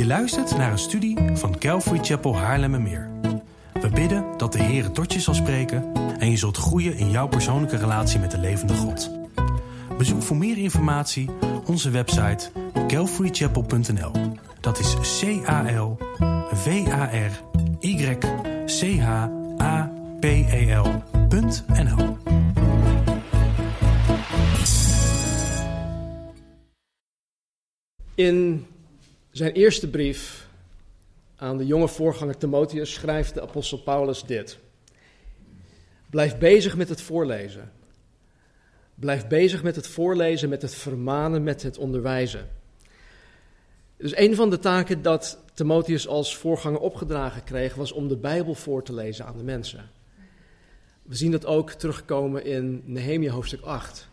Je luistert naar een studie van Calvary Chapel Haarlemmermeer. We bidden dat de Heer tot je zal spreken en je zult groeien in jouw persoonlijke relatie met de levende God. Bezoek voor meer informatie onze website calvarychapel.nl. Dat is CALVARYCHAPEL.nl. In zijn eerste brief aan de jonge voorganger Timotheus schrijft de apostel Paulus dit. Blijf bezig met het voorlezen. Blijf bezig met het voorlezen, met het vermanen, met het onderwijzen. Dus een van de taken dat Timotheus als voorganger opgedragen kreeg, was om de Bijbel voor te lezen aan de mensen. We zien dat ook terugkomen in Nehemia hoofdstuk 8.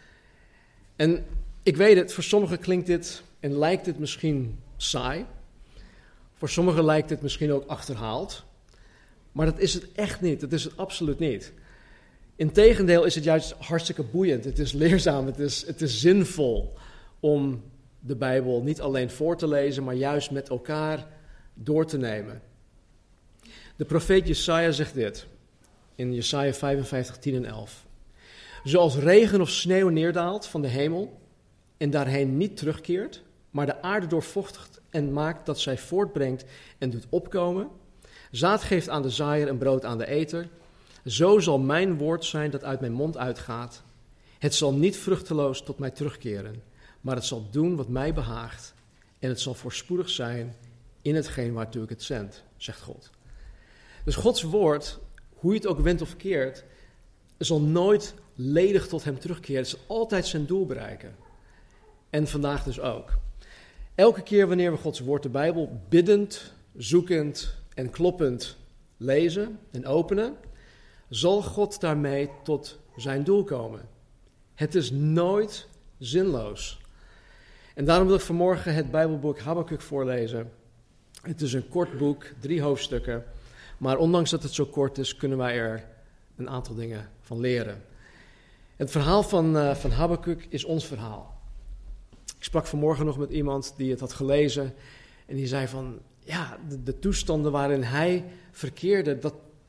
En ik weet het, voor sommigen klinkt dit en lijkt het misschien saai. Voor sommigen lijkt het misschien ook achterhaald. Maar dat is het echt niet, dat is het absoluut niet. Integendeel is het juist hartstikke boeiend, het is leerzaam, het is zinvol om de Bijbel niet alleen voor te lezen, maar juist met elkaar door te nemen. De profeet Jesaja zegt dit, in Jesaja 55, 10 en 11. Zoals regen of sneeuw neerdaalt van de hemel en daarheen niet terugkeert, maar de aarde doorvochtigt en maakt dat zij voortbrengt en doet opkomen, zaad geeft aan de zaaier en brood aan de eter, zo zal mijn woord zijn dat uit mijn mond uitgaat. Het zal niet vruchteloos tot mij terugkeren, maar het zal doen wat mij behaagt en het zal voorspoedig zijn in hetgeen waartoe ik het zend, zegt God. Dus Gods woord, hoe je het ook wendt of keert, zal nooit ledig tot hem terugkeren. Het zal altijd zijn doel bereiken. En vandaag dus ook. Elke keer wanneer we Gods woord, de Bijbel, biddend, zoekend en kloppend lezen en openen, zal God daarmee tot zijn doel komen. Het is nooit zinloos. En daarom wil ik vanmorgen het Bijbelboek Habakuk voorlezen. Het is een kort boek, 3 hoofdstukken. Maar ondanks dat het zo kort is, kunnen wij er een aantal dingen van leren. Het verhaal van Habakuk is ons verhaal. Ik sprak vanmorgen nog met iemand die het had gelezen. En die zei van, ja, de toestanden waarin hij verkeerde,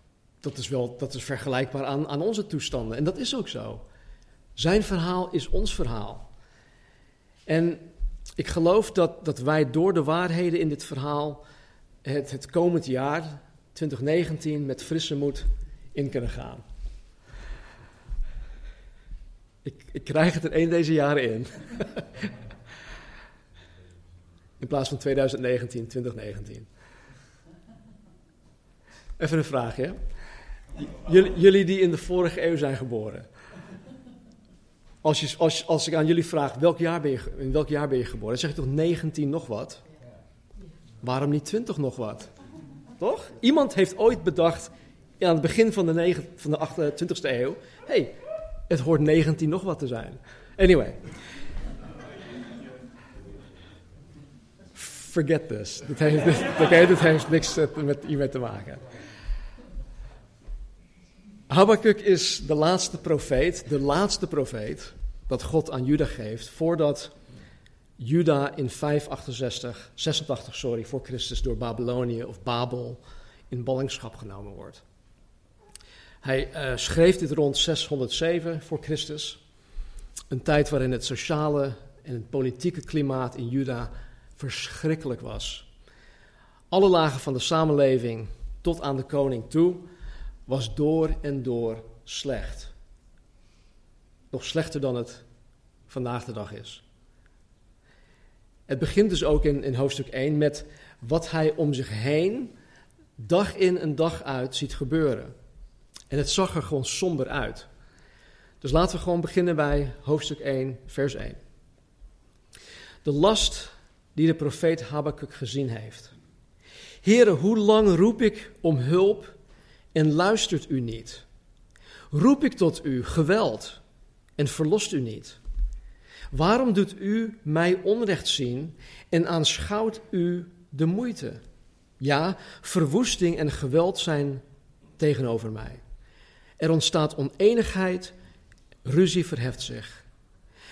dat is vergelijkbaar aan onze toestanden. En dat is ook zo. Zijn verhaal is ons verhaal. En ik geloof dat wij door de waarheden in dit verhaal het komend jaar, 2019, met frisse moed in kunnen gaan. Ik krijg het er één deze jaren in. In plaats van 2019, 2019. Even een vraagje. Jullie die in de vorige eeuw zijn geboren. Als ik aan jullie vraag, in welk jaar ben je geboren? Dan zeg je toch 19 nog wat? Waarom niet 20 nog wat? Toch? Iemand heeft ooit bedacht, aan het begin van de 20e eeuw, hey, het hoort 19 nog wat te zijn. Anyway. Forget this. Dat heeft niks met hiermee te maken. Habakuk is de laatste profeet dat God aan Juda geeft, voordat Juda in 86 voor Christus door Babylonië of Babel in ballingschap genomen wordt. Hij schreef dit rond 607 voor Christus, een tijd waarin het sociale en het politieke klimaat in Juda verschrikkelijk was. Alle lagen van de samenleving tot aan de koning toe was door en door slecht. Nog slechter dan het vandaag de dag is. Het begint dus ook in hoofdstuk 1 met wat hij om zich heen dag in en dag uit ziet gebeuren. En het zag er gewoon somber uit. Dus laten we gewoon beginnen bij hoofdstuk 1, vers 1. De last die de profeet Habakuk gezien heeft. Heere, hoe lang roep ik om hulp en luistert u niet? Roep ik tot u geweld en verlost u niet? Waarom doet u mij onrecht zien en aanschouwt u de moeite? Ja, verwoesting en geweld zijn tegenover mij. Er ontstaat oneenigheid, ruzie verheft zich.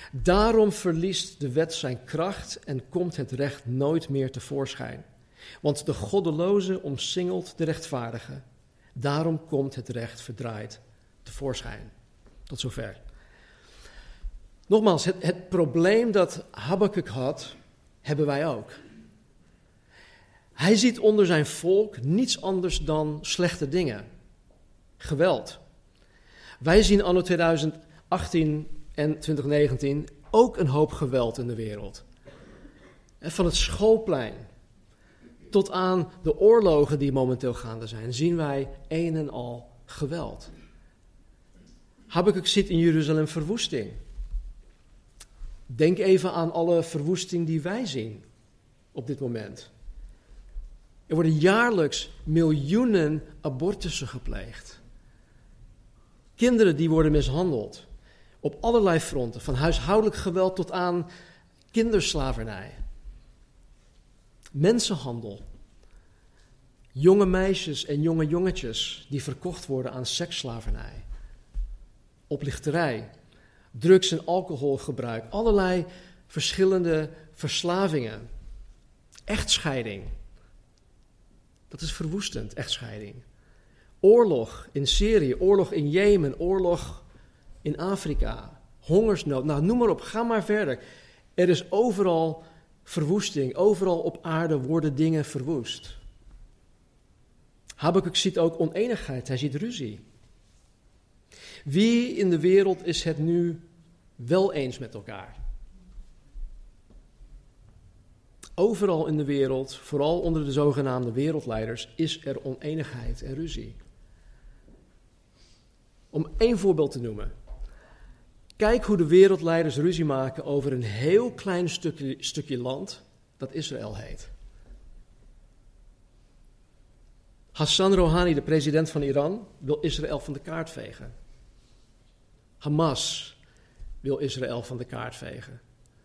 Daarom verliest de wet zijn kracht en komt het recht nooit meer tevoorschijn. Want de goddeloze omsingelt de rechtvaardige. Daarom komt het recht verdraaid tevoorschijn. Tot zover. Nogmaals, het probleem dat Habakuk had, hebben wij ook. Hij ziet onder zijn volk niets anders dan slechte dingen. Geweld. Wij zien anno 2018 en 2019 ook een hoop geweld in de wereld. En van het schoolplein tot aan de oorlogen die momenteel gaande zijn, zien wij een en al geweld. Habakuk ziet in Jeruzalem verwoesting. Denk even aan alle verwoesting die wij zien op dit moment. Er worden jaarlijks miljoenen abortussen gepleegd. Kinderen die worden mishandeld. Op allerlei fronten, van huishoudelijk geweld tot aan kinderslavernij. Mensenhandel. Jonge meisjes en jonge jongetjes die verkocht worden aan seksslavernij. Oplichterij. Drugs- en alcoholgebruik. Allerlei verschillende verslavingen. Echtscheiding. Dat is verwoestend, echtscheiding. Oorlog in Syrië, oorlog in Jemen, oorlog in Afrika, hongersnood. Nou, noem maar op, ga maar verder. Er is overal verwoesting, overal op aarde worden dingen verwoest. Habakuk ziet ook oneenigheid, hij ziet ruzie. Wie in de wereld is het nu wel eens met elkaar? Overal in de wereld, vooral onder de zogenaamde wereldleiders, is er oneenigheid en ruzie. Om één voorbeeld te noemen. Kijk hoe de wereldleiders ruzie maken over een heel klein stukje land dat Israël heet. Hassan Rouhani, de president van Iran, wil Israël van de kaart vegen. Hamas wil Israël van de kaart vegen.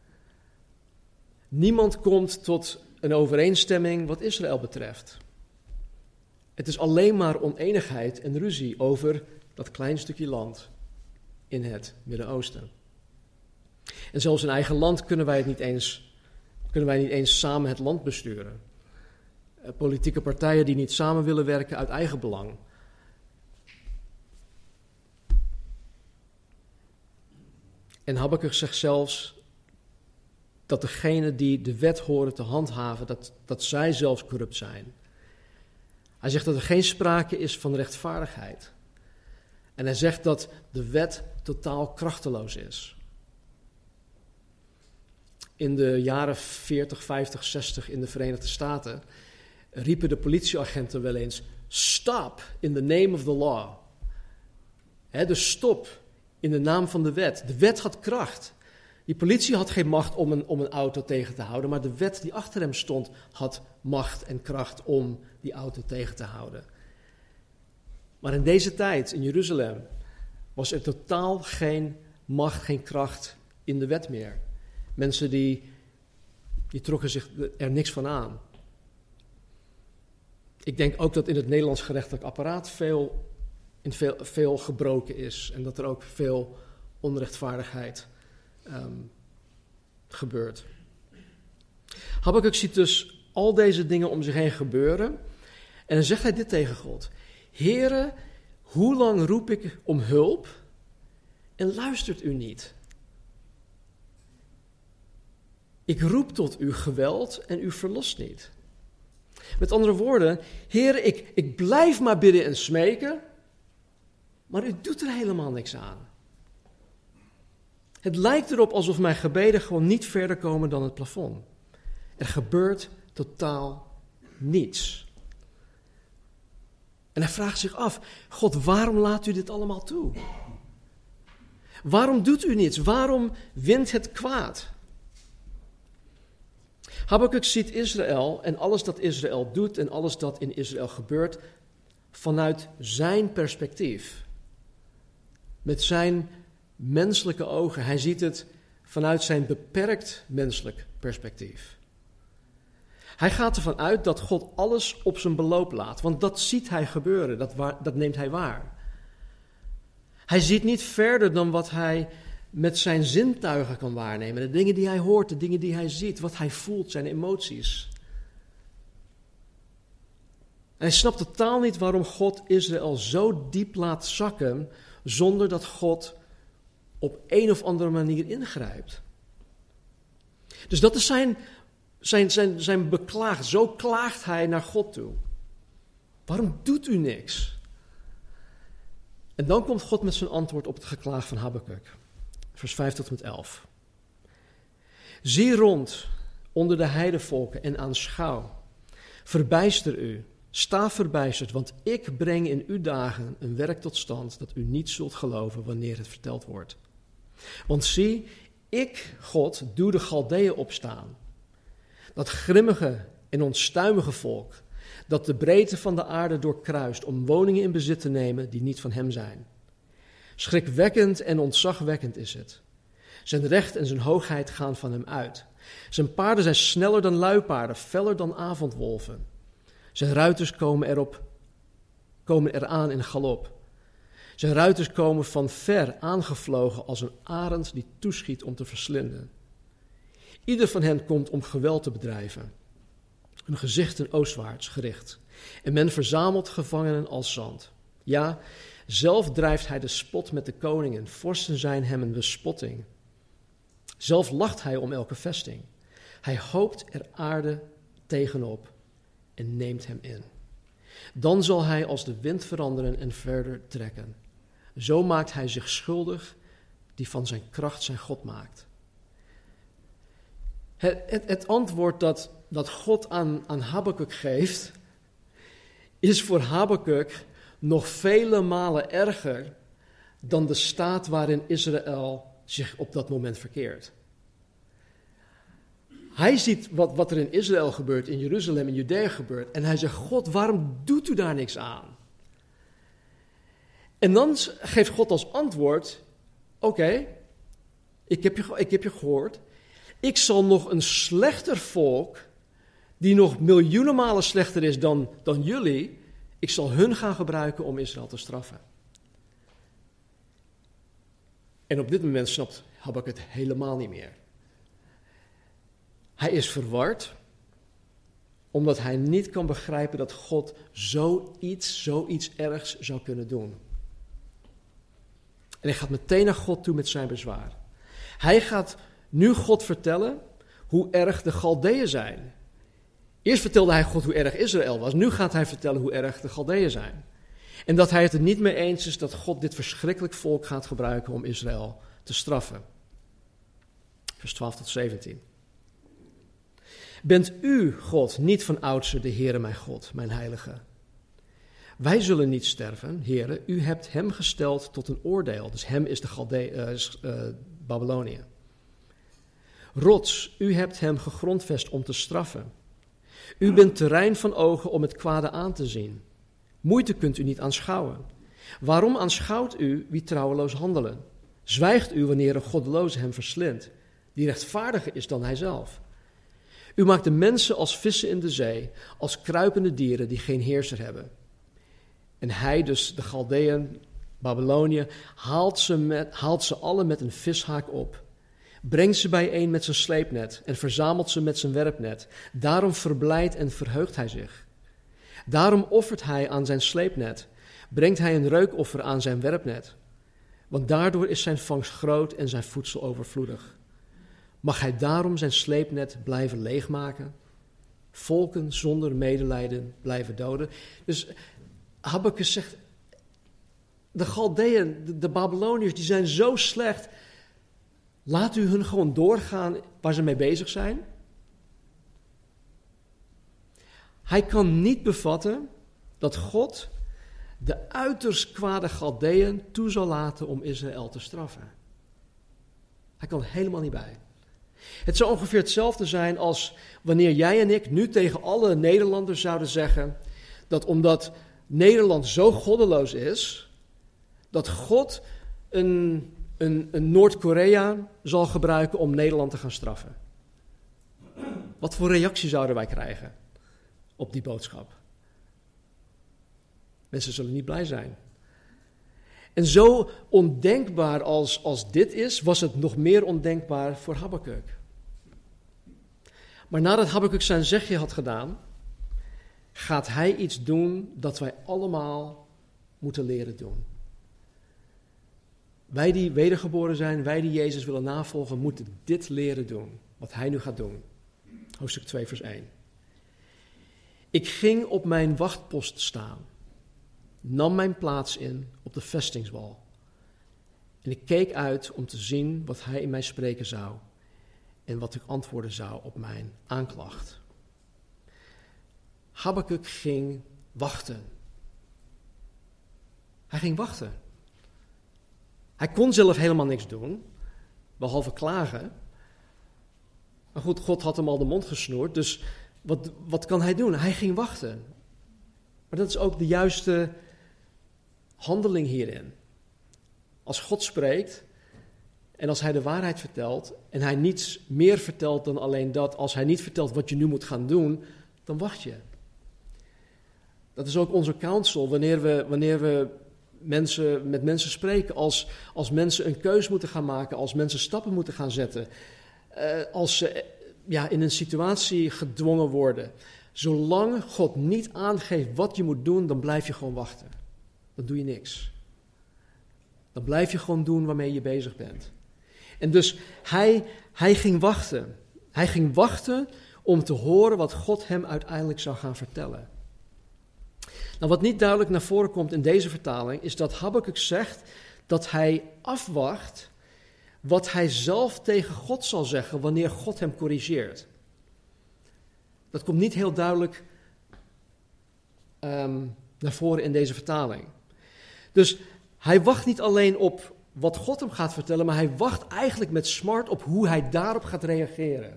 Niemand komt tot een overeenstemming wat Israël betreft. Het is alleen maar oneenigheid en ruzie over dat klein stukje land in het Midden-Oosten. En zelfs in eigen land kunnen wij niet eens samen het land besturen. Politieke partijen die niet samen willen werken uit eigen belang. En Habakuk zegt zelfs dat degenen die de wet horen te handhaven, dat zij zelfs corrupt zijn. Hij zegt dat er geen sprake is van rechtvaardigheid. En hij zegt dat de wet totaal krachteloos is. In de jaren 40, 50, 60 in de Verenigde Staten riepen de politieagenten wel eens: stop in the name of the law. Dus stop in de naam van de wet. De wet had kracht. Die politie had geen macht om een auto tegen te houden, maar de wet die achter hem stond had macht en kracht om die auto tegen te houden. Maar in deze tijd, in Jeruzalem, was er totaal geen macht, geen kracht in de wet meer. Mensen die trokken zich er niks van aan. Ik denk ook dat in het Nederlands gerechtelijk apparaat veel gebroken is. En dat er ook veel onrechtvaardigheid gebeurt. Habakuk ziet dus al deze dingen om zich heen gebeuren. En dan zegt hij dit tegen God: Heere, hoe lang roep ik om hulp en luistert u niet? Ik roep tot u geweld en u verlost niet. Met andere woorden, Heere, ik blijf maar bidden en smeken, maar u doet er helemaal niks aan. Het lijkt erop alsof mijn gebeden gewoon niet verder komen dan het plafond. Er gebeurt totaal niets. En hij vraagt zich af: God, waarom laat u dit allemaal toe? Waarom doet u niets? Waarom wint het kwaad? Habakuk ziet Israël en alles dat Israël doet en alles dat in Israël gebeurt vanuit zijn perspectief. Met zijn menselijke ogen. Hij ziet het vanuit zijn beperkt menselijk perspectief. Hij gaat ervan uit dat God alles op zijn beloop laat, want dat ziet hij gebeuren, dat neemt hij waar. Hij ziet niet verder dan wat hij met zijn zintuigen kan waarnemen. De dingen die hij hoort, de dingen die hij ziet, wat hij voelt, zijn emoties. Hij snapt totaal niet waarom God Israël zo diep laat zakken zonder dat God op een of andere manier ingrijpt. Dus dat is zijn beklaag. Zo klaagt hij naar God toe. Waarom doet u niks? En dan komt God met zijn antwoord op het geklaag van Habakuk. Vers 5 tot en met 11. Zie rond onder de heidevolken en aanschouw. Verbijster u, sta verbijsterd, want ik breng in uw dagen een werk tot stand dat u niet zult geloven wanneer het verteld wordt. Want zie, ik, God, doe de Galdeeën opstaan. Dat grimmige en onstuimige volk, dat de breedte van de aarde doorkruist om woningen in bezit te nemen die niet van hem zijn. Schrikwekkend en ontzagwekkend is het. Zijn recht en zijn hoogheid gaan van hem uit. Zijn paarden zijn sneller dan luipaarden, feller dan avondwolven. Zijn ruiters komen eraan in galop. Zijn ruiters komen van ver aangevlogen als een arend die toeschiet om te verslinden. Ieder van hen komt om geweld te bedrijven. Hun gezichten oostwaarts gericht. En men verzamelt gevangenen als zand. Ja, zelf drijft hij de spot met de koningen. Vorsten zijn hem een bespotting. Zelf lacht hij om elke vesting. Hij hoopt er aarde tegenop en neemt hem in. Dan zal hij als de wind veranderen en verder trekken. Zo maakt hij zich schuldig die van zijn kracht zijn God maakt. Het antwoord dat God aan Habakuk geeft, is voor Habakuk nog vele malen erger dan de staat waarin Israël zich op dat moment verkeert. Hij ziet wat er in Israël gebeurt, in Jeruzalem, in Judea gebeurt. En hij zegt, God, waarom doet u daar niks aan? En dan geeft God als antwoord, oké, ik heb je gehoord. Ik zal nog een slechter volk, die nog miljoenen malen slechter is dan jullie, ik zal hun gaan gebruiken om Israël te straffen. En op dit moment snapt Habakuk het helemaal niet meer. Hij is verward, omdat hij niet kan begrijpen dat God zoiets ergs zou kunnen doen. En hij gaat meteen naar God toe met zijn bezwaar. Hij gaat nu God vertellen hoe erg de Galdeeën zijn. Eerst vertelde hij God hoe erg Israël was. Nu gaat hij vertellen hoe erg de Galdeeën zijn. En dat hij het er niet mee eens is dat God dit verschrikkelijk volk gaat gebruiken om Israël te straffen. Vers 12 tot 17. Bent u, God, niet van oudsher de Heere mijn God, mijn heilige? Wij zullen niet sterven, Heere, u hebt hem gesteld tot een oordeel. Dus hem is Babylonië. Rots, u hebt hem gegrondvest om te straffen. U bent terrein van ogen om het kwade aan te zien. Moeite kunt u niet aanschouwen. Waarom aanschouwt u wie trouweloos handelen? Zwijgt u wanneer een goddeloze hem verslindt, die rechtvaardiger is dan hijzelf? U maakt de mensen als vissen in de zee, als kruipende dieren die geen heerser hebben. En hij, dus de Galdeën, Babylonië, haalt ze alle met een vishaak op. Brengt ze bijeen met zijn sleepnet en verzamelt ze met zijn werpnet. Daarom verblijdt en verheugt hij zich. Daarom offert hij aan zijn sleepnet. Brengt hij een reukoffer aan zijn werpnet. Want daardoor is zijn vangst groot en zijn voedsel overvloedig. Mag hij daarom zijn sleepnet blijven leegmaken? Volken zonder medelijden blijven doden. Dus Habakuk zegt, de Galdeën, de Babyloniërs, die zijn zo slecht. Laat u hun gewoon doorgaan waar ze mee bezig zijn. Hij kan niet bevatten dat God de uiterst kwade Galdeën toe zal laten om Israël te straffen. Hij kan er helemaal niet bij. Het zou ongeveer hetzelfde zijn als wanneer jij en ik nu tegen alle Nederlanders zouden zeggen dat omdat Nederland zo goddeloos is, dat God een Noord-Korea zal gebruiken om Nederland te gaan straffen. Wat voor reactie zouden wij krijgen op die boodschap? Mensen zullen niet blij zijn. En zo ondenkbaar als dit is, was het nog meer ondenkbaar voor Habakuk. Maar nadat Habakuk zijn zegje had gedaan, gaat hij iets doen dat wij allemaal moeten leren doen. Wij die wedergeboren zijn, wij die Jezus willen navolgen, moeten dit leren doen, wat hij nu gaat doen. Hoofdstuk 2, vers 1. Ik ging op mijn wachtpost staan, nam mijn plaats in op de vestingswal. En ik keek uit om te zien wat hij in mij spreken zou en wat ik antwoorden zou op mijn aanklacht. Habakuk ging wachten. Hij ging wachten. Hij kon zelf helemaal niks doen, behalve klagen. Maar goed, God had hem al de mond gesnoerd, dus wat kan hij doen? Hij ging wachten. Maar dat is ook de juiste handeling hierin. Als God spreekt en als hij de waarheid vertelt en hij niets meer vertelt dan alleen dat, als hij niet vertelt wat je nu moet gaan doen, dan wacht je. Dat is ook onze counsel wanneer we met mensen spreken, als mensen een keus moeten gaan maken, als mensen stappen moeten gaan zetten, als ze in een situatie gedwongen worden. Zolang God niet aangeeft wat je moet doen, dan blijf je gewoon wachten. Dan doe je niks. Dan blijf je gewoon doen waarmee je bezig bent. En dus hij ging wachten. Hij ging wachten om te horen wat God hem uiteindelijk zou gaan vertellen. Nou, wat niet duidelijk naar voren komt in deze vertaling, is dat Habakuk zegt dat hij afwacht wat hij zelf tegen God zal zeggen wanneer God hem corrigeert. Dat komt niet heel duidelijk naar voren in deze vertaling. Dus hij wacht niet alleen op wat God hem gaat vertellen, maar hij wacht eigenlijk met smart op hoe hij daarop gaat reageren.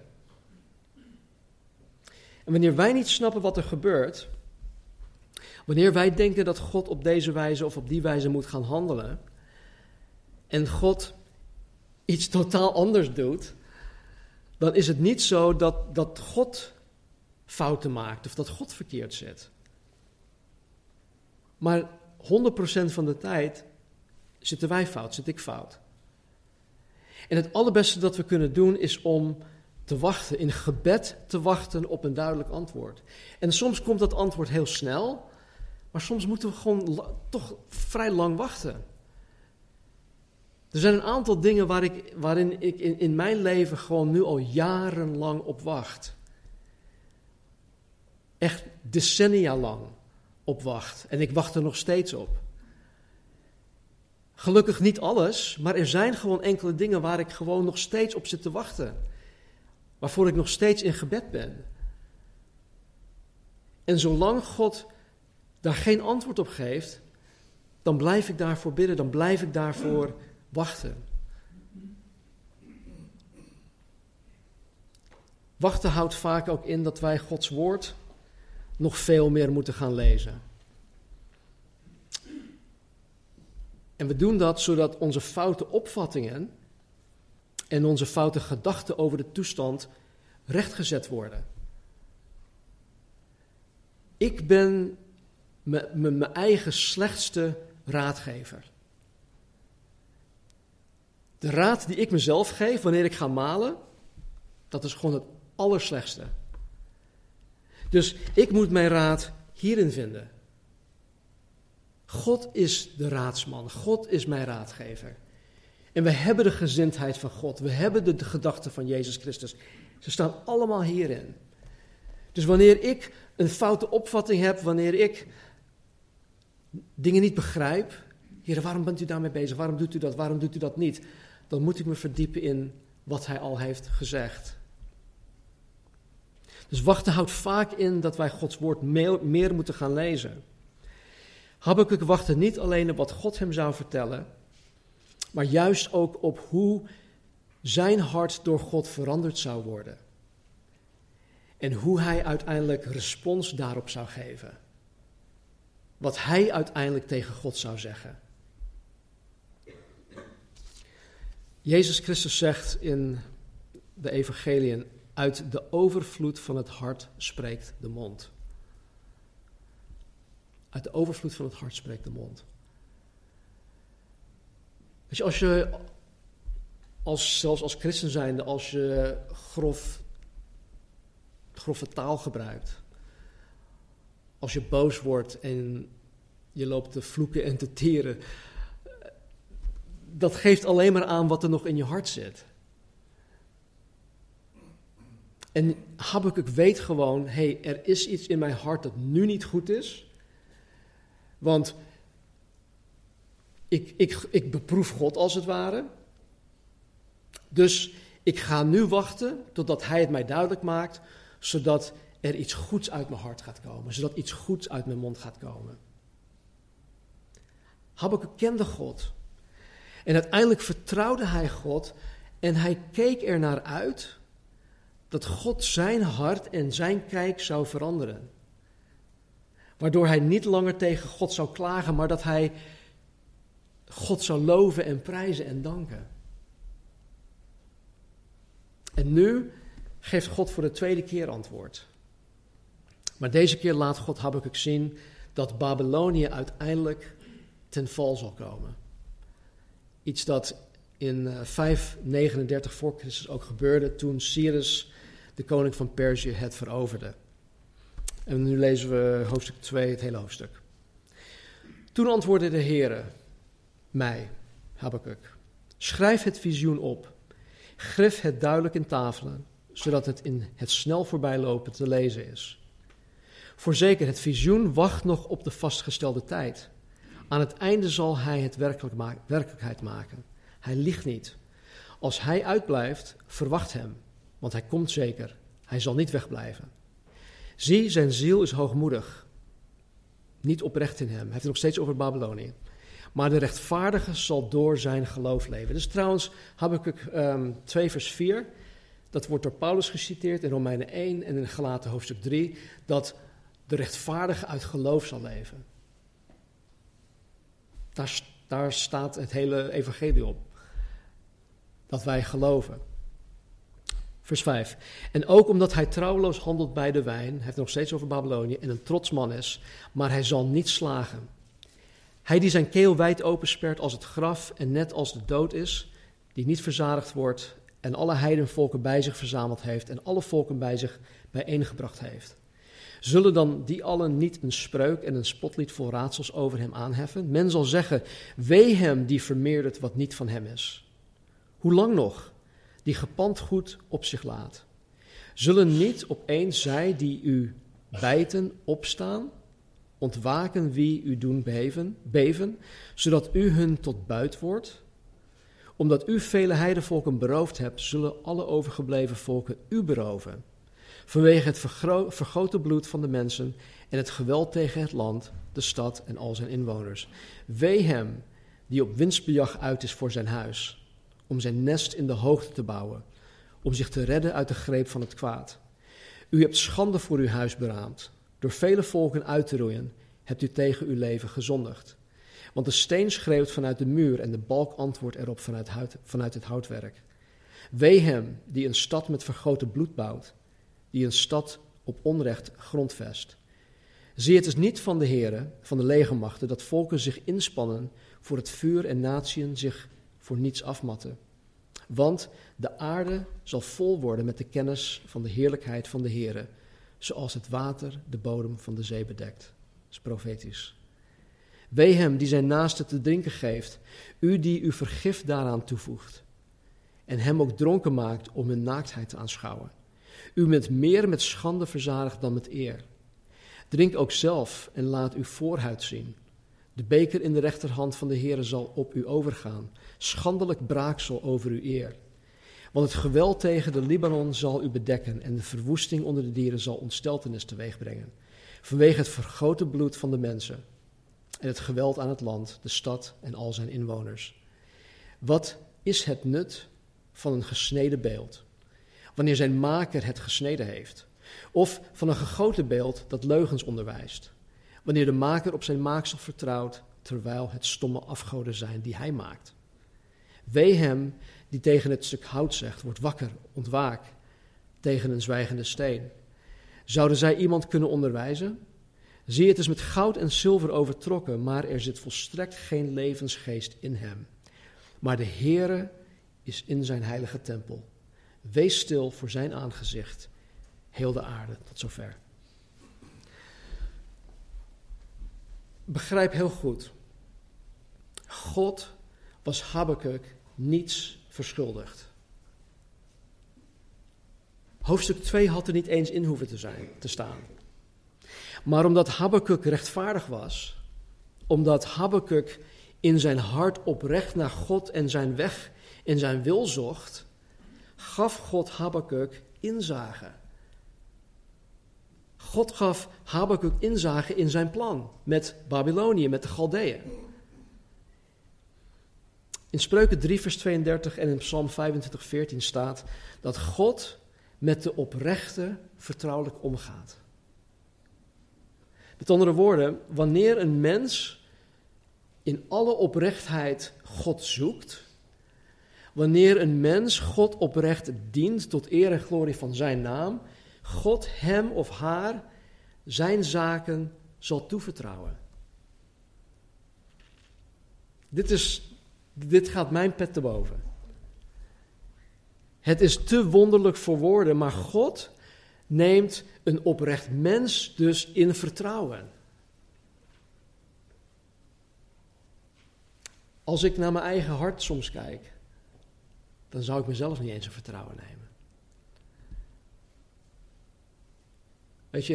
En wanneer wij niet snappen wat er gebeurt, wanneer wij denken dat God op deze wijze of op die wijze moet gaan handelen, en God iets totaal anders doet, dan is het niet zo dat God fouten maakt of dat God verkeerd zit. Maar 100% van de tijd zitten wij fout, zit ik fout. En het allerbeste dat we kunnen doen is om te wachten, in gebed te wachten op een duidelijk antwoord. En soms komt dat antwoord heel snel, maar soms moeten we gewoon toch vrij lang wachten. Er zijn een aantal dingen waarin ik in mijn leven gewoon nu al jarenlang op wacht. Echt decennia lang op wacht. En ik wacht er nog steeds op. Gelukkig niet alles, maar er zijn gewoon enkele dingen waar ik gewoon nog steeds op zit te wachten. Waarvoor ik nog steeds in gebed ben. En zolang God daar geen antwoord op geeft, dan blijf ik daarvoor bidden, dan blijf ik daarvoor wachten. Wachten houdt vaak ook in dat wij Gods woord nog veel meer moeten gaan lezen. En we doen dat zodat onze foute opvattingen en onze foute gedachten over de toestand rechtgezet worden. Ik ben mijn eigen slechtste raadgever. De raad die ik mezelf geef wanneer ik ga malen, dat is gewoon het allerslechtste. Dus ik moet mijn raad hierin vinden. God is de raadsman. God is mijn raadgever. En we hebben de gezindheid van God. We hebben de gedachten van Jezus Christus. Ze staan allemaal hierin. Dus wanneer ik een foute opvatting heb, wanneer ik dingen niet begrijp, Heer, waarom bent u daarmee bezig? Waarom doet u dat? Waarom doet u dat niet? Dan moet ik me verdiepen in wat hij al heeft gezegd. Dus wachten houdt vaak in dat wij Gods woord meer moeten gaan lezen. Habakuk wachtte niet alleen op wat God hem zou vertellen, maar juist ook op hoe zijn hart door God veranderd zou worden. En hoe hij uiteindelijk respons daarop zou geven. Wat hij uiteindelijk tegen God zou zeggen. Jezus Christus zegt in de evangeliën, uit de overvloed van het hart spreekt de mond. Uit de overvloed van het hart spreekt de mond. Weet je, zelfs als christen zijnde, als je grove taal gebruikt, als je boos wordt en je loopt te vloeken en te tieren, dat geeft alleen maar aan wat er nog in je hart zit. En Habakuk weet gewoon, er is iets in mijn hart dat nu niet goed is. Want ik beproef God als het ware. Dus ik ga nu wachten totdat hij het mij duidelijk maakt, zodat er iets goeds uit mijn hart gaat komen. Zodat iets goeds uit mijn mond gaat komen. Habakuk kende God. En uiteindelijk vertrouwde hij God en hij keek er naar uit dat God zijn hart en zijn kijk zou veranderen. Waardoor hij niet langer tegen God zou klagen, maar dat hij God zou loven en prijzen en danken. En nu geeft God voor de tweede keer antwoord. Maar deze keer laat God Habakuk zien dat Babylonië uiteindelijk ten val zal komen. Iets dat in 539 voor Christus ook gebeurde toen Cyrus, de koning van Perzië, het veroverde. En nu lezen we hoofdstuk 2, het hele hoofdstuk. Toen antwoordde de Heere mij, Habakuk, schrijf het visioen op, grif het duidelijk in tafelen, zodat het in het snel voorbijlopen te lezen is. Voorzeker, het visioen wacht nog op de vastgestelde tijd. Aan het einde zal hij het werkelijkheid maken. Hij liegt niet. Als hij uitblijft, verwacht hem, want hij komt zeker. Hij zal niet wegblijven. Zie, zijn ziel is hoogmoedig, niet oprecht in hem. Hij heeft het nog steeds over Babylonië. Maar de rechtvaardige zal door zijn geloof leven. Dus trouwens, Habakuk 2 vers 4, dat wordt door Paulus geciteerd in Romeinen 1 en in Galaten hoofdstuk 3, dat de rechtvaardige uit geloof zal leven. Daar staat het hele evangelie op. Dat wij geloven. Vers 5. En ook omdat hij trouweloos handelt bij de wijn, hij heeft het nog steeds over Babylonië, en een trots man is, maar hij zal niet slagen. Hij die zijn keel wijd openspert als het graf en net als de dood is, die niet verzadigd wordt en alle heidenvolken bij zich verzameld heeft en alle volken bij zich bijeengebracht heeft. Zullen dan die allen niet een spreuk en een spotlied vol raadsels over hem aanheffen? Men zal zeggen, wee hem die vermeerdert wat niet van hem is. Hoe lang nog? Die gepand goed op zich laat. Zullen niet opeens zij die u bijten opstaan, ontwaken wie u doen beven, zodat u hun tot buit wordt? Omdat u vele heidenvolken beroofd hebt, zullen alle overgebleven volken u beroven. Vanwege het vergoten bloed van de mensen en het geweld tegen het land, de stad en al zijn inwoners. Wee hem die op winstbejag uit is voor zijn huis, om zijn nest in de hoogte te bouwen, om zich te redden uit de greep van het kwaad. U hebt schande voor uw huis beraamd. Door vele volken uit te roeien, hebt u tegen uw leven gezondigd. Want de steen schreeuwt vanuit de muur en de balk antwoordt erop vanuit het houtwerk. Wee hem die een stad met vergoten bloed bouwt, die een stad op onrecht grondvest. Zie, het is niet van de Heere, van de legermachten, dat volken zich inspannen voor het vuur en natieën zich voor niets afmatten. Want de aarde zal vol worden met de kennis van de heerlijkheid van de Heere, zoals het water de bodem van de zee bedekt. Dat is profetisch. Wee hem die zijn naaste te drinken geeft, u die uw vergif daaraan toevoegt, en hem ook dronken maakt om hun naaktheid te aanschouwen. U bent meer met schande verzadigd dan met eer. Drink ook zelf en laat uw voorhuid zien. De beker in de rechterhand van de Heere zal op u overgaan. Schandelijk braaksel over uw eer. Want het geweld tegen de Libanon zal u bedekken en de verwoesting onder de dieren zal ontsteltenis teweegbrengen. Vanwege het vergoten bloed van de mensen en het geweld aan het land, de stad en al zijn inwoners. Wat is het nut van een gesneden beeld, wanneer zijn maker het gesneden heeft? Of van een gegoten beeld dat leugens onderwijst, wanneer de maker op zijn maaksel vertrouwt, terwijl het stomme afgoden zijn die hij maakt. Wee hem die tegen het stuk hout zegt, word wakker, ontwaak, tegen een zwijgende steen. Zouden zij iemand kunnen onderwijzen? Zie, het is met goud en zilver overtrokken, maar er zit volstrekt geen levensgeest in hem. Maar de Heere is in zijn heilige tempel. Wees stil voor zijn aangezicht, heel de aarde. Tot zover. Begrijp heel goed. God was Habakuk niets verschuldigd. Hoofdstuk 2 had er niet eens in hoeven te staan. Maar omdat Habakuk rechtvaardig was, omdat Habakuk in zijn hart oprecht naar God en zijn weg en zijn wil zocht, gaf God Habakuk inzage. God gaf Habakuk inzage in zijn plan met Babylonië, met de Galdeeën. In Spreuken 3 vers 32 en in Psalm 25 14 staat dat God met de oprechte vertrouwelijk omgaat. Met andere woorden, wanneer een mens in alle oprechtheid God zoekt, wanneer een mens God oprecht dient tot eer en glorie van zijn naam, God hem of haar zijn zaken zal toevertrouwen. Dit gaat mijn pet te boven. Het is te wonderlijk voor woorden, maar God neemt een oprecht mens dus in vertrouwen. Als ik naar mijn eigen hart soms kijk, dan zou ik mezelf niet eens in vertrouwen nemen. Weet je,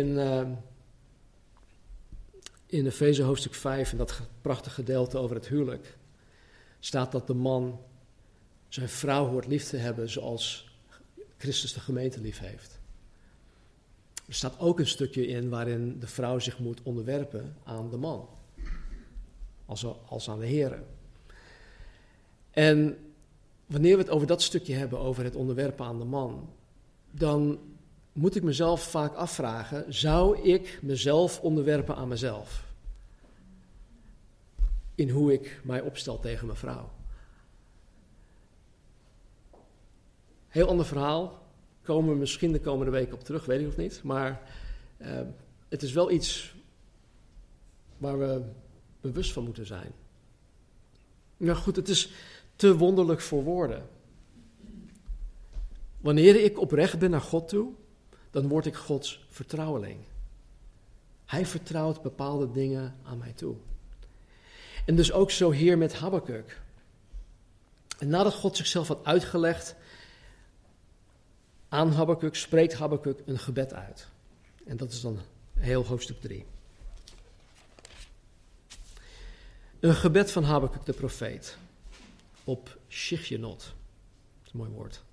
in Efeze hoofdstuk 5, in dat prachtige gedeelte over het huwelijk, staat dat de man zijn vrouw hoort lief te hebben zoals Christus de gemeente lief heeft. Er staat ook een stukje in waarin de vrouw zich moet onderwerpen aan de man, als aan de Here. En wanneer we het over dat stukje hebben, over het onderwerpen aan de man, dan moet ik mezelf vaak afvragen, zou ik mezelf onderwerpen aan mezelf? In hoe ik mij opstel tegen mijn vrouw. Heel ander verhaal, komen we misschien de komende week op terug, weet ik of niet. Maar het is wel iets waar we bewust van moeten zijn. Nou goed, het is te wonderlijk voor woorden. Wanneer ik oprecht ben naar God toe, dan word ik Gods vertrouweling. Hij vertrouwt bepaalde dingen aan mij toe. En dus ook zo hier met Habakuk. En nadat God zichzelf had uitgelegd aan Habakuk, spreekt Habakuk een gebed uit. En dat is dan heel hoofdstuk 3. Een gebed van Habakuk de profeet op Shigionot. Dat is een mooi woord.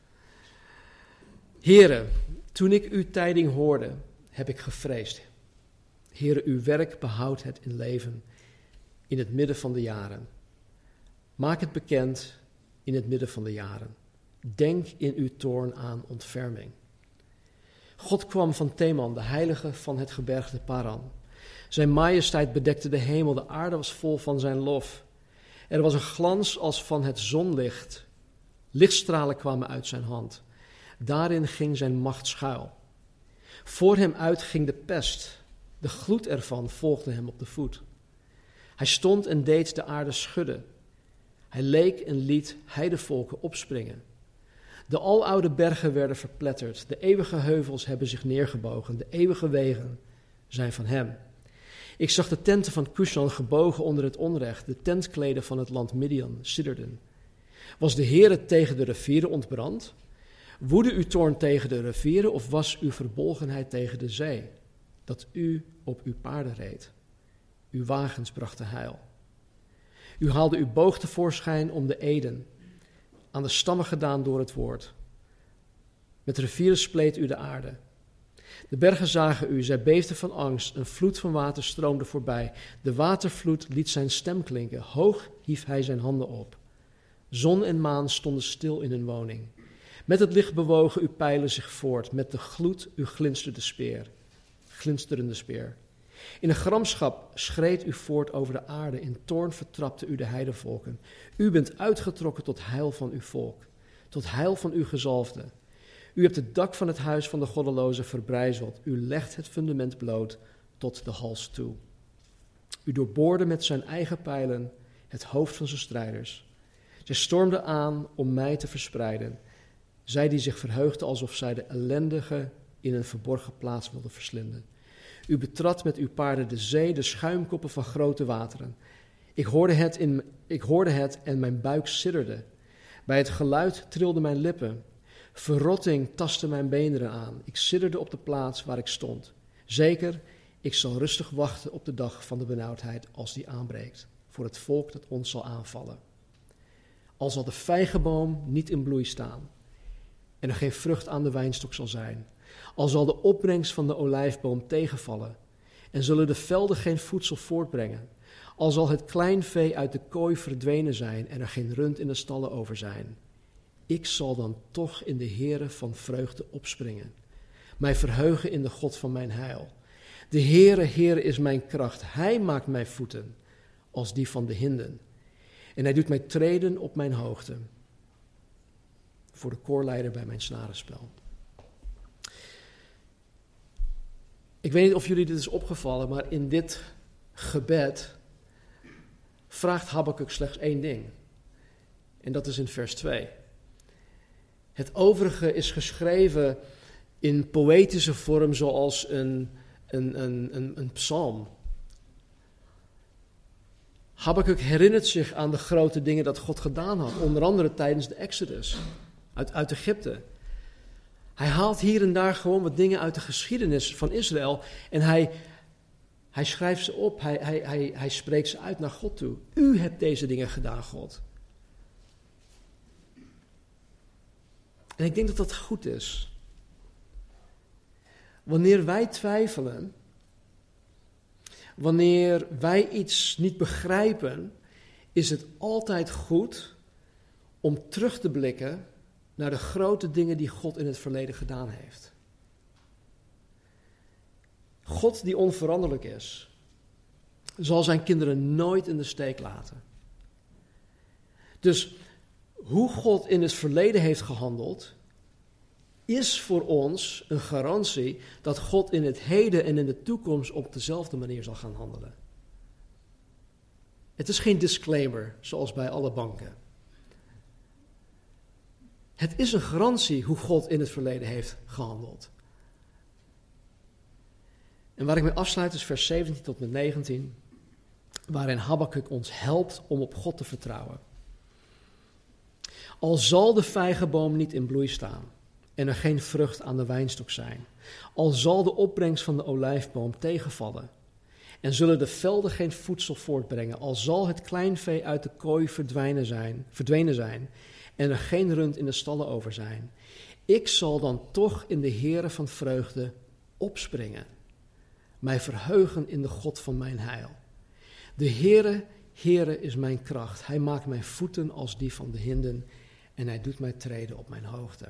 Heere, toen ik uw tijding hoorde, heb ik gevreesd. Heere, uw werk behoudt het in leven in het midden van de jaren. Maak het bekend in het midden van de jaren. Denk in uw toorn aan ontferming. God kwam van Teman, de heilige van het gebergte Paran. Zijn majesteit bedekte de hemel, de aarde was vol van zijn lof. Er was een glans als van het zonlicht. Lichtstralen kwamen uit zijn hand. Daarin ging zijn macht schuil. Voor hem uit ging de pest. De gloed ervan volgde hem op de voet. Hij stond en deed de aarde schudden. Hij leek en liet heidevolken opspringen. De aloude bergen werden verpletterd. De eeuwige heuvels hebben zich neergebogen. De eeuwige wegen zijn van hem. Ik zag de tenten van Kushan gebogen onder het onrecht. De tentkleden van het land Midian sidderden. Was de Heere tegen de rivieren ontbrand? Woedde uw toorn tegen de rivieren of was uw verbolgenheid tegen de zee? Dat u op uw paarden reed. Uw wagens brachten heil. U haalde uw boog tevoorschijn om de eden, aan de stammen gedaan door het woord. Met rivieren spleet u de aarde. De bergen zagen u, zij beefden van angst. Een vloed van water stroomde voorbij. De watervloed liet zijn stem klinken. Hoog hief hij zijn handen op. Zon en maan stonden stil in hun woning. Met het licht bewogen uw pijlen zich voort. Met de gloed uw glinsterende speer. In een gramschap schreed u voort over de aarde. In toorn vertrapte u de heidevolken. U bent uitgetrokken tot heil van uw volk. Tot heil van uw gezalfde. U hebt het dak van het huis van de goddelozen verbrijzeld. U legt het fundament bloot tot de hals toe. U doorboorde met zijn eigen pijlen het hoofd van zijn strijders. Zij stormden aan om mij te verspreiden. Zij die zich verheugden alsof zij de ellendige in een verborgen plaats wilden verslinden. U betrad met uw paarden de zee, de schuimkoppen van grote wateren. Ik hoorde het en mijn buik sidderde. Bij het geluid trilden mijn lippen. Verrotting tastte mijn beenderen aan. Ik sidderde op de plaats waar ik stond. Zeker, ik zal rustig wachten op de dag van de benauwdheid als die aanbreekt, voor het volk dat ons zal aanvallen. Al zal de vijgenboom niet in bloei staan en er geen vrucht aan de wijnstok zal zijn. Al zal de opbrengst van de olijfboom tegenvallen en zullen de velden geen voedsel voortbrengen. Al zal het kleinvee uit de kooi verdwenen zijn en er geen rund in de stallen over zijn. Ik zal dan toch in de Heere van vreugde opspringen, mij verheugen in de God van mijn heil. De Heere is mijn kracht, Hij maakt mijn voeten als die van de hinden. En Hij doet mij treden op mijn hoogte, voor de koorleider bij mijn snarenspel. Ik weet niet of jullie dit is opgevallen, maar in dit gebed vraagt Habakuk slechts één ding. En dat is in vers 2. Het overige is geschreven in poëtische vorm zoals een psalm. Habakuk herinnert zich aan de grote dingen dat God gedaan had, onder andere tijdens de Exodus uit Egypte. Hij haalt hier en daar gewoon wat dingen uit de geschiedenis van Israël en hij schrijft ze op, hij spreekt ze uit naar God toe. U hebt deze dingen gedaan, God. En ik denk dat dat goed is. Wanneer wij twijfelen, wanneer wij iets niet begrijpen, is het altijd goed om terug te blikken naar de grote dingen die God in het verleden gedaan heeft. God die onveranderlijk is, zal zijn kinderen nooit in de steek laten. Dus hoe God in het verleden heeft gehandeld, is voor ons een garantie dat God in het heden en in de toekomst op dezelfde manier zal gaan handelen. Het is geen disclaimer, zoals bij alle banken. Het is een garantie hoe God in het verleden heeft gehandeld. En waar ik mee afsluit is vers 17 tot met 19, waarin Habakuk ons helpt om op God te vertrouwen. Al zal de vijgenboom niet in bloei staan en er geen vrucht aan de wijnstok zijn, al zal de opbrengst van de olijfboom tegenvallen en zullen de velden geen voedsel voortbrengen, al zal het kleinvee uit de kooi verdwenen zijn en er geen rund in de stallen over zijn. Ik zal dan toch in de Heere van vreugde opspringen, mij verheugen in de God van mijn heil. De Heere is mijn kracht, Hij maakt mijn voeten als die van de hinden en Hij doet mij treden op mijn hoogte.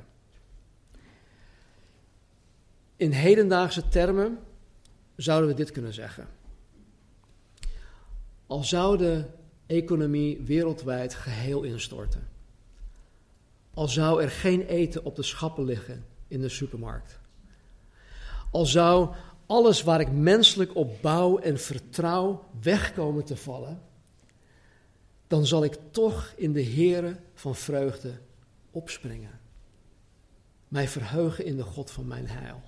In hedendaagse termen zouden we dit kunnen zeggen. Al zou de economie wereldwijd geheel instorten, al zou er geen eten op de schappen liggen in de supermarkt, al zou alles waar ik menselijk op bouw en vertrouw wegkomen te vallen, dan zal ik toch in de Heere van vreugde opspringen, mij verheugen in de God van mijn heil.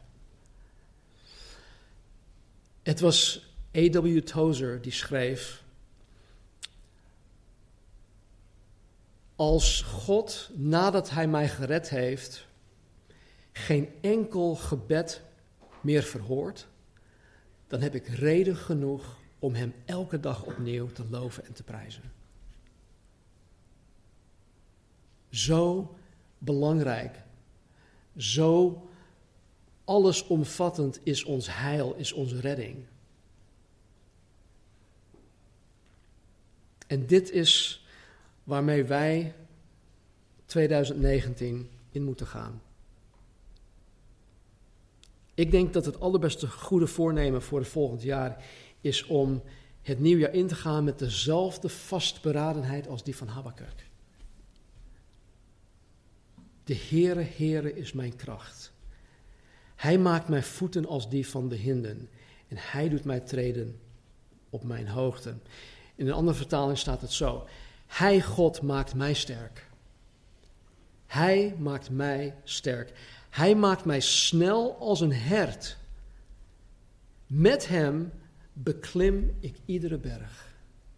Het was A.W. Tozer die schreef: als God, nadat Hij mij gered heeft, geen enkel gebed meer verhoort, dan heb ik reden genoeg om Hem elke dag opnieuw te loven en te prijzen. Zo belangrijk, zo allesomvattend is ons heil, is onze redding. En dit is waarmee wij 2019 in moeten gaan. Ik denk dat het allerbeste goede voornemen voor het volgend jaar is om het nieuwjaar in te gaan met dezelfde vastberadenheid als die van Habakuk. De Heere is mijn kracht. Hij maakt mijn voeten als die van de hinden en Hij doet mij treden op mijn hoogte. In een andere vertaling staat het zo: Hij, God, maakt mij sterk. Hij maakt mij sterk. Hij maakt mij snel als een hert. Met hem beklim ik iedere berg.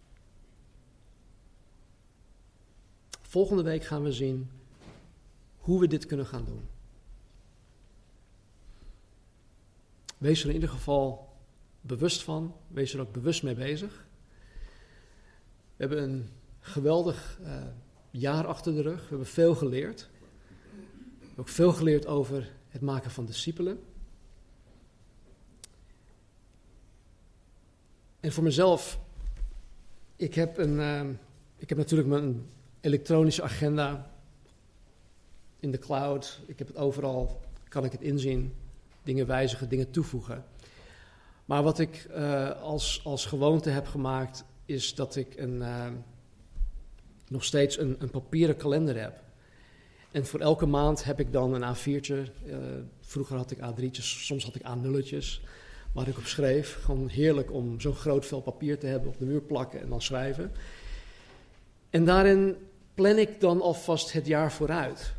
Volgende week gaan we zien hoe we dit kunnen gaan doen. Wees er in ieder geval bewust van. Wees er ook bewust mee bezig. We hebben een geweldig jaar achter de rug. We hebben veel geleerd. We hebben ook veel geleerd over het maken van discipelen. En voor mezelf, ik heb natuurlijk mijn elektronische agenda in de cloud. Ik heb het overal, kan ik het inzien, dingen wijzigen, dingen toevoegen. Maar wat ik als gewoonte heb gemaakt, is dat ik nog steeds een papieren kalender heb. En voor elke maand heb ik dan een A4'tje. Vroeger had ik A3'tjes, soms had ik A0'tjes. Waar ik op schreef. Gewoon heerlijk om zo'n groot vel papier te hebben, op de muur plakken en dan schrijven. En daarin plan ik dan alvast het jaar vooruit.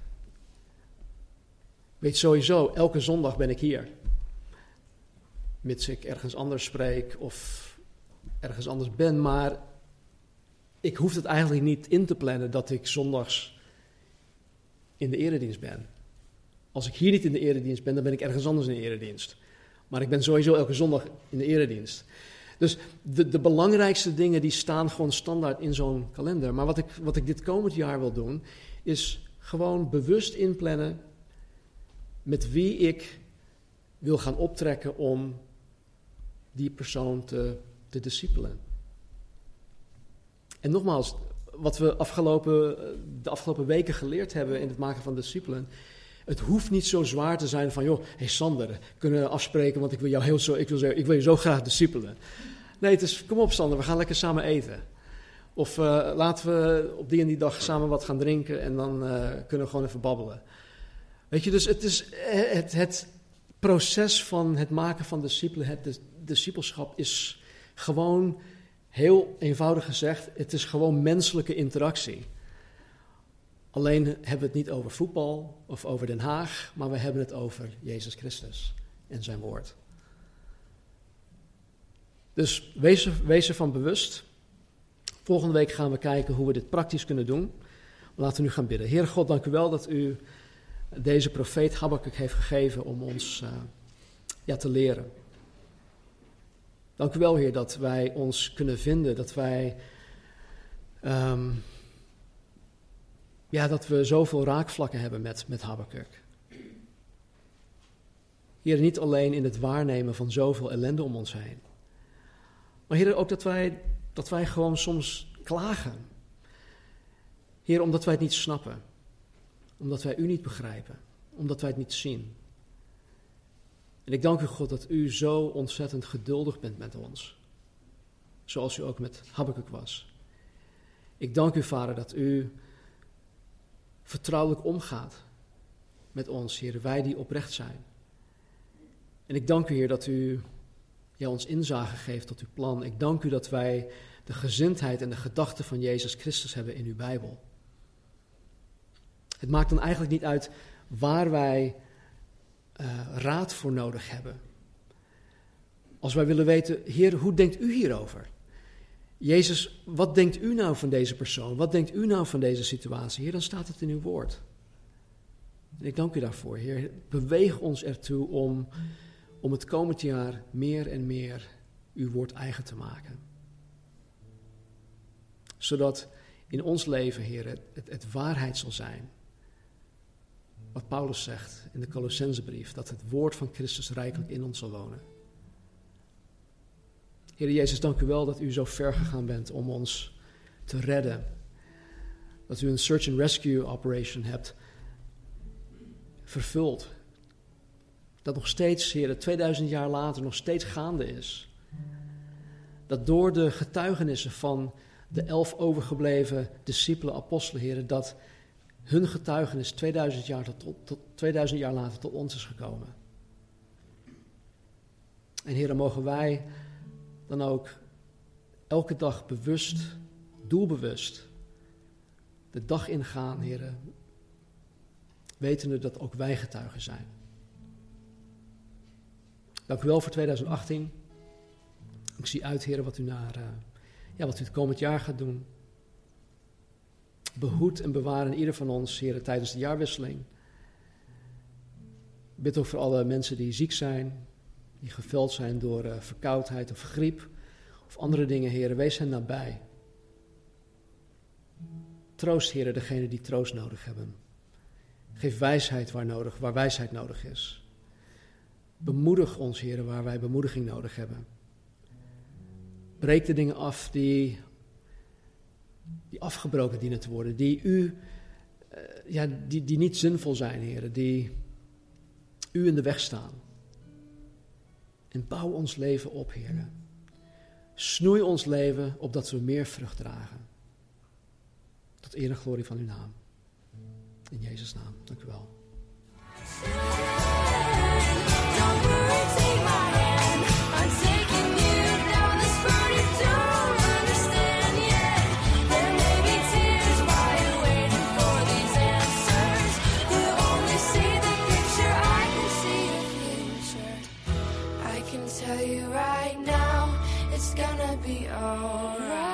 Weet sowieso, elke zondag ben ik hier. Mits ik ergens anders spreek of ergens anders ben. Maar ik hoef het eigenlijk niet in te plannen dat ik zondags in de eredienst ben. Als ik hier niet in de eredienst ben, dan ben ik ergens anders in de eredienst. Maar ik ben sowieso elke zondag in de eredienst. Dus de belangrijkste dingen die staan gewoon standaard in zo'n kalender. Maar wat ik dit komend jaar wil doen, is gewoon bewust inplannen met wie ik wil gaan optrekken om die persoon te discipelen. En nogmaals, wat we de afgelopen weken geleerd hebben in het maken van discipelen. Het hoeft niet zo zwaar te zijn van, joh, hey Sander, kunnen we afspreken, want ik wil je zo graag discipelen. Nee, het is, kom op Sander, we gaan lekker samen eten. Of laten we op die en die dag samen wat gaan drinken en dan kunnen we gewoon even babbelen. Weet je, dus het is het proces van het maken van discipelen, het discipelschap is gewoon, heel eenvoudig gezegd, het is gewoon menselijke interactie. Alleen hebben we het niet over voetbal of over Den Haag, maar we hebben het over Jezus Christus en zijn woord. Dus wees ervan bewust. Volgende week gaan we kijken hoe we dit praktisch kunnen doen. Laten we nu gaan bidden. Heer God, dank u wel dat u deze profeet Habakuk heeft gegeven om ons te leren. Dank u wel, Heer, dat wij ons kunnen vinden, dat wij dat we zoveel raakvlakken hebben met Habakuk. Heer, niet alleen in het waarnemen van zoveel ellende om ons heen. Maar Heer, ook dat wij gewoon soms klagen. Heer, omdat wij het niet snappen. Omdat wij u niet begrijpen. Omdat wij het niet zien. En ik dank u, God, dat u zo ontzettend geduldig bent met ons. Zoals u ook met Habakuk was. Ik dank u, Vader, dat u vertrouwelijk omgaat met ons, Heer, wij die oprecht zijn. En ik dank u, Heer, dat u ons inzage geeft tot uw plan. Ik dank u dat wij de gezindheid en de gedachten van Jezus Christus hebben in uw Bijbel. Het maakt dan eigenlijk niet uit waar wij raad voor nodig hebben. Als wij willen weten, Heer, hoe denkt u hierover? Jezus, wat denkt u nou van deze persoon? Wat denkt u nou van deze situatie? Heer, dan staat het in uw woord. En ik dank u daarvoor, Heer. Beweeg ons ertoe om het komend jaar meer en meer uw woord eigen te maken. Zodat in ons leven, Heer, het waarheid zal zijn. Wat Paulus zegt in de Colossensebrief, dat het woord van Christus rijkelijk in ons zal wonen. Heer Jezus, dank u wel dat u zo ver gegaan bent om ons te redden. Dat u een search and rescue operation hebt vervuld. Dat nog steeds, Heer, 2000 jaar later nog steeds gaande is. Dat door de getuigenissen van de 11 overgebleven discipelen, apostelen, Heer, dat hun getuigenis 2000 jaar later tot ons is gekomen. En Heer, dan mogen wij dan ook elke dag bewust, doelbewust de dag ingaan, Heer, wetende dat ook wij getuigen zijn. Dank u wel voor 2018. Ik zie uit, Heer, wat u het komend jaar gaat doen. Behoed en bewaar ieder van ons, Heer, tijdens de jaarwisseling. Ik bid ook voor alle mensen die ziek zijn, die geveld zijn door verkoudheid of griep of andere dingen, Heer. Wees hen nabij. Troost, Heer, degenen die troost nodig hebben. Geef wijsheid waar wijsheid nodig is. Bemoedig ons, Heer, waar wij bemoediging nodig hebben. Breek de dingen af die afgebroken dienen te worden, die niet zinvol zijn, Heer, die u in de weg staan. En bouw ons leven op, Heer. Snoei ons leven opdat we meer vrucht dragen. Tot eer en glorie van uw naam. In Jezus' naam, dank u wel. Tell you right now, it's gonna be alright.